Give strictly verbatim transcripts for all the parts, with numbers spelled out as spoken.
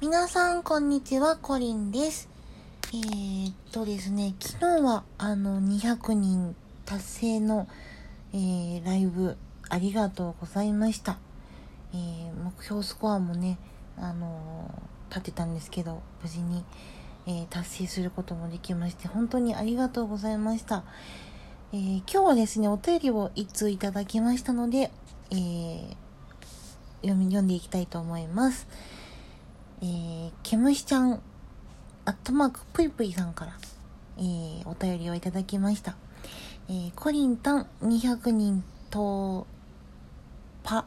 皆さんこんにちは、コリンです。えー、っとですね昨日はあのにひゃくにん達成の、えー、ライブありがとうございました。えー、目標スコアもねあのー、立てたんですけど無事に、えー、達成することもできまして本当にありがとうございました。えー、今日はですねお便りを一通いただきましたので、えー、読み読んでいきたいと思います。えー、ケムシちゃんアットマークぷいぷいさんから、えー、お便りをいただきました。えー、コリンタンにひゃくにん突破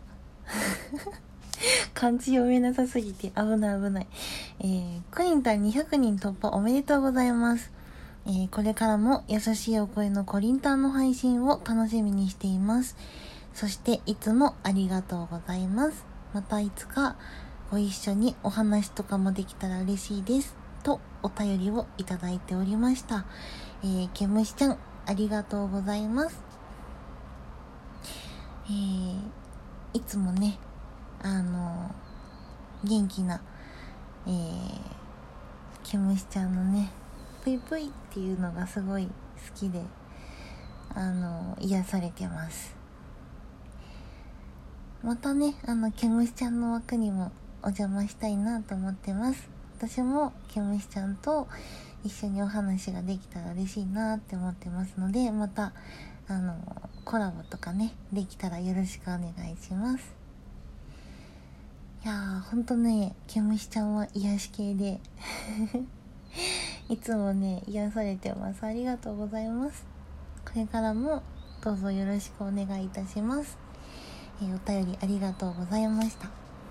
漢字読めなさすぎて危ない危ない。えー、コリンタンにひゃくにん突破おめでとうございます。えー、これからも優しいお声のコリンタンの配信を楽しみにしています。そしていつもありがとうございます。またいつかご一緒にお話とかもできたら嬉しいですとお便りをいただいておりました。えー、ケムシちゃんありがとうございます。えー、いつもねあの元気な、えー、ケムシちゃんのねぷいぷいっていうのがすごい好きであの癒されてます。またねあのケムシちゃんの枠にもお邪魔したいなと思ってます。私もケムシちゃんと一緒にお話ができたら嬉しいなって思ってますので、またあのコラボとかねできたらよろしくお願いします。いやーほんとねケムシちゃんは癒し系でいつもね癒されてます。ありがとうございます。これからもどうぞよろしくお願いいたします。えー、お便りありがとうございました。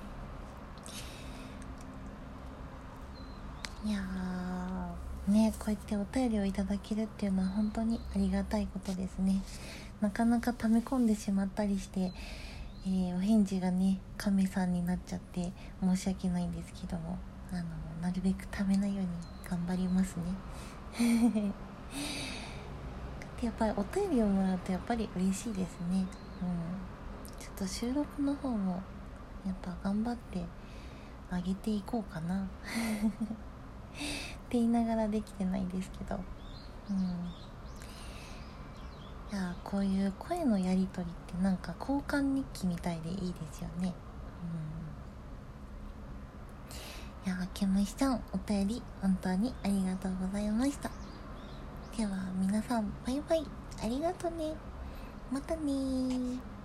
いやーねこうやってお便りをいただけるっていうのは本当にありがたいことですね。なかなか溜め込んでしまったりして、えー、お返事がね亀さんになっちゃって申し訳ないんですけども、あのなるべく溜めないように頑張りますねでやっぱりお便りをもらうとやっぱり嬉しいですね。うん、ちょっと収録の方もやっぱ頑張ってあげていこうかなって言いながらできてないですけど、うん、いやこういう声のやり取りってなんか交換日記みたいでいいですよね。うん、いやケムシちゃんお便り本当にありがとうございました。では皆さんバイバイ、ありがとね、またね。